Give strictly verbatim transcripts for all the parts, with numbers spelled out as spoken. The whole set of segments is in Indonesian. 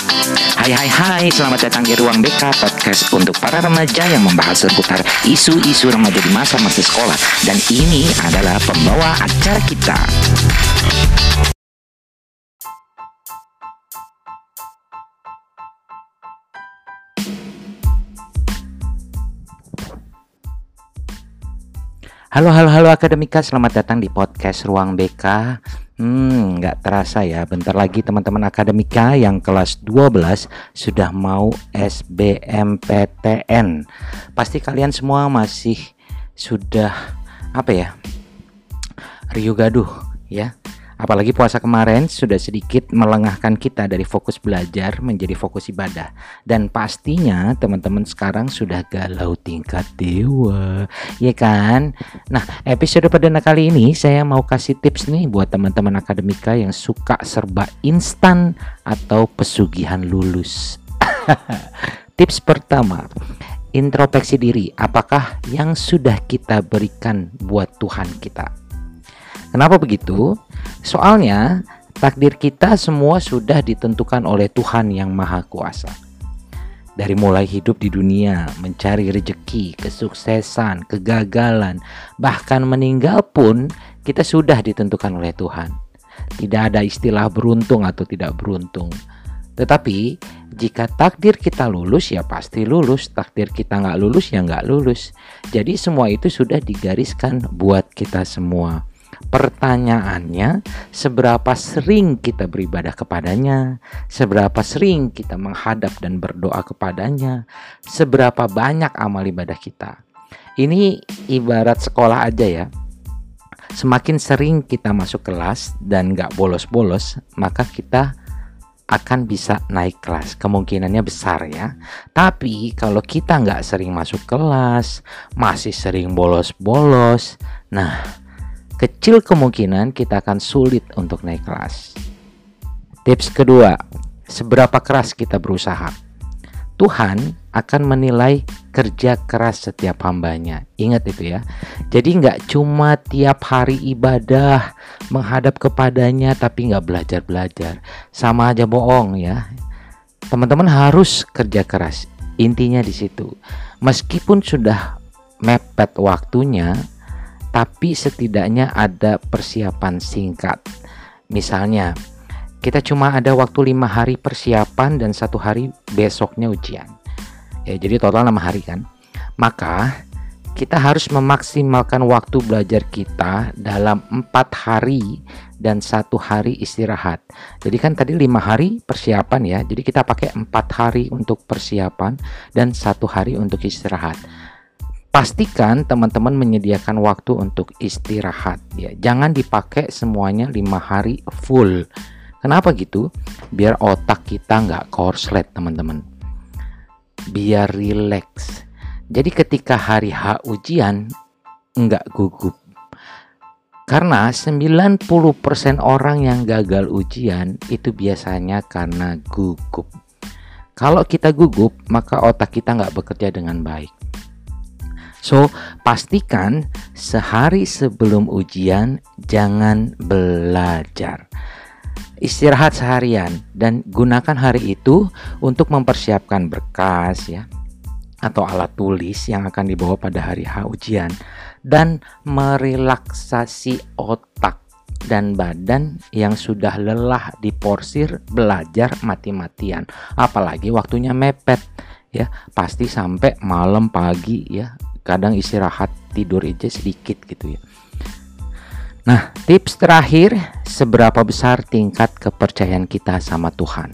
Hai hai hai, selamat datang di Ruang B K Podcast untuk para remaja yang membahas seputar isu-isu remaja di masa-masa sekolah. Dan ini adalah pembawa acara kita. Halo halo halo akademika, selamat datang di podcast Ruang B K. Hmm, nggak terasa ya, bentar lagi teman-teman akademika yang kelas dua belas sudah mau S B M P T N. Pasti kalian semua masih sudah apa ya, riuh gaduh ya. Apalagi puasa kemarin sudah sedikit melengahkan kita dari fokus belajar menjadi fokus ibadah. Dan pastinya teman-teman sekarang sudah galau tingkat dewa, ya kan? Nah, episode perdana kali ini saya mau kasih tips nih buat teman-teman akademika yang suka serba instan atau pesugihan lulus. Tips pertama, introspeksi diri. Apakah yang sudah kita berikan buat Tuhan kita? Kenapa begitu? Soalnya takdir kita semua sudah ditentukan oleh Tuhan yang Maha Kuasa. Dari mulai hidup di dunia, mencari rezeki, kesuksesan, kegagalan, bahkan meninggal pun kita sudah ditentukan oleh Tuhan. Tidak ada istilah beruntung atau tidak beruntung. Tetapi jika takdir kita lulus ya pasti lulus, takdir kita nggak lulus ya nggak lulus. Jadi semua itu sudah digariskan buat kita semua. Pertanyaannya, seberapa sering kita beribadah kepadanya, seberapa sering kita menghadap dan berdoa kepadanya, seberapa banyak amal ibadah kita. Ini ibarat sekolah aja ya. Semakin sering kita masuk kelas dan gak bolos-bolos, maka kita akan bisa naik kelas. Kemungkinannya besar ya. Tapi kalau kita gak sering masuk kelas, masih sering bolos-bolos, nah kecil kemungkinan kita akan sulit untuk naik kelas. Tips kedua, seberapa keras kita berusaha. Tuhan akan menilai kerja keras setiap hambanya. Ingat itu ya. Jadi nggak cuma tiap hari ibadah menghadap kepadanya tapi nggak belajar-belajar. Sama aja bohong ya. Teman-teman harus kerja keras. Intinya di situ. Meskipun sudah mepet waktunya, tapi setidaknya ada persiapan singkat. Misalnya, kita cuma ada waktu lima hari persiapan dan satu hari besoknya ujian. Ya, jadi total enam hari kan. Maka kita harus memaksimalkan waktu belajar kita dalam empat hari dan satu hari istirahat. Jadi kan tadi lima hari persiapan ya. Jadi kita pakai empat hari untuk persiapan dan satu hari untuk istirahat. Pastikan teman-teman menyediakan waktu untuk istirahat ya. Jangan dipakai semuanya lima hari full. Kenapa gitu? Biar otak kita nggak korslet teman-teman. Biar relax. Jadi ketika hari H ujian nggak gugup. Karena sembilan puluh persen orang yang gagal ujian itu biasanya karena gugup. Kalau kita gugup maka otak kita nggak bekerja dengan baik. So, pastikan sehari sebelum ujian jangan belajar. Istirahat seharian dan gunakan hari itu untuk mempersiapkan berkas ya atau alat tulis yang akan dibawa pada hari H ujian dan merelaksasi otak dan badan yang sudah lelah diporsir belajar mati-matian. Apalagi waktunya mepet ya, pasti sampai malam pagi ya. Kadang istirahat tidur aja sedikit gitu ya. Nah, tips terakhir, seberapa besar tingkat kepercayaan kita sama Tuhan.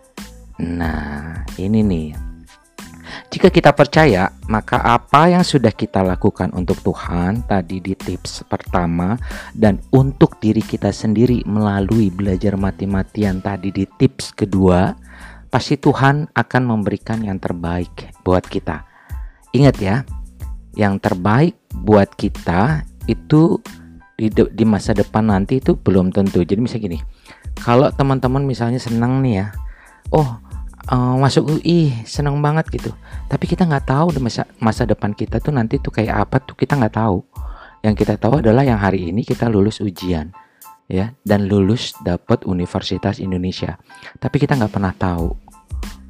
Nah, ini nih. Jika kita percaya, maka apa yang sudah kita lakukan untuk Tuhan tadi di tips pertama dan untuk diri kita sendiri melalui belajar mati-matian tadi di tips kedua, pasti Tuhan akan memberikan yang terbaik buat kita. Ingat ya, yang terbaik buat kita itu di, de- di masa depan nanti itu belum tentu. Jadi misalnya gini, kalau teman-teman misalnya senang nih ya, oh uh, masuk U I senang banget gitu, tapi kita nggak tahu masa masa depan kita tuh nanti tuh kayak apa tuh, kita nggak tahu. Yang kita tahu adalah yang hari ini kita lulus ujian ya, dan lulus dapat Universitas Indonesia, tapi kita nggak pernah tahu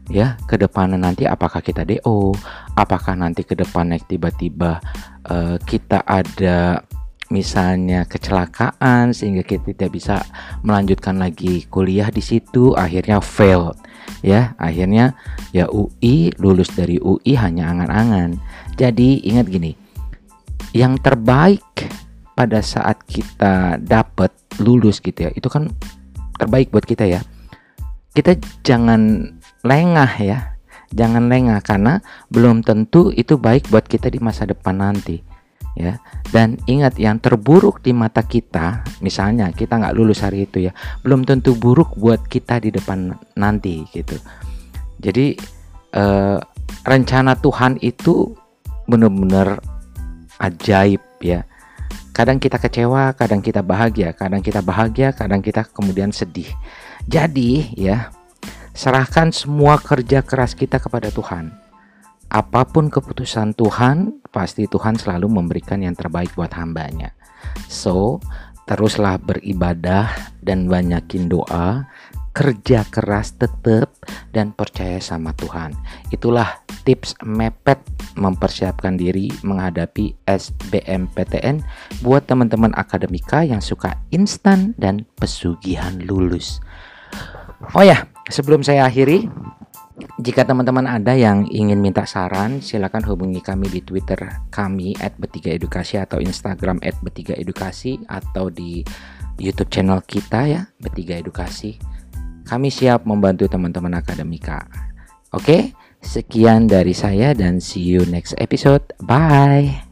ya ke depannya nanti apakah kita D O, apakah nanti ke depannya tiba-tiba uh, kita ada misalnya kecelakaan sehingga kita tidak bisa melanjutkan lagi kuliah di situ, akhirnya fail ya, akhirnya ya U I, lulus dari U I hanya angan-angan. Jadi ingat gini, yang terbaik pada saat kita dapat lulus gitu ya, itu kan terbaik buat kita ya. Kita jangan lengah ya, jangan lengah karena belum tentu itu baik buat kita di masa depan nanti ya. Dan ingat, yang terburuk di mata kita, misalnya kita nggak lulus hari itu ya, belum tentu buruk buat kita di depan nanti gitu. Jadi eh, rencana Tuhan itu benar-benar ajaib ya. Kadang kita kecewa, kadang kita bahagia, kadang kita bahagia, kadang kita kemudian sedih. Jadi ya, serahkan semua kerja keras kita kepada Tuhan. Apapun keputusan Tuhan, pasti Tuhan selalu memberikan yang terbaik buat hambanya. So, teruslah beribadah dan banyakin doa, kerja keras tetap, dan percaya sama Tuhan. Itulah tips mepet mempersiapkan diri menghadapi S B M P T N buat teman-teman akademika yang suka instan dan pesugihan lulus. Oh ya, sebelum saya akhiri, jika teman-teman ada yang ingin minta saran, silakan hubungi kami di Twitter kami at bertiga edukasi atau Instagram at bertiga edukasi atau di YouTube channel kita ya, Bertiga Edukasi. Kami siap membantu teman-teman akademika. Oke, sekian dari saya dan see you next episode. Bye.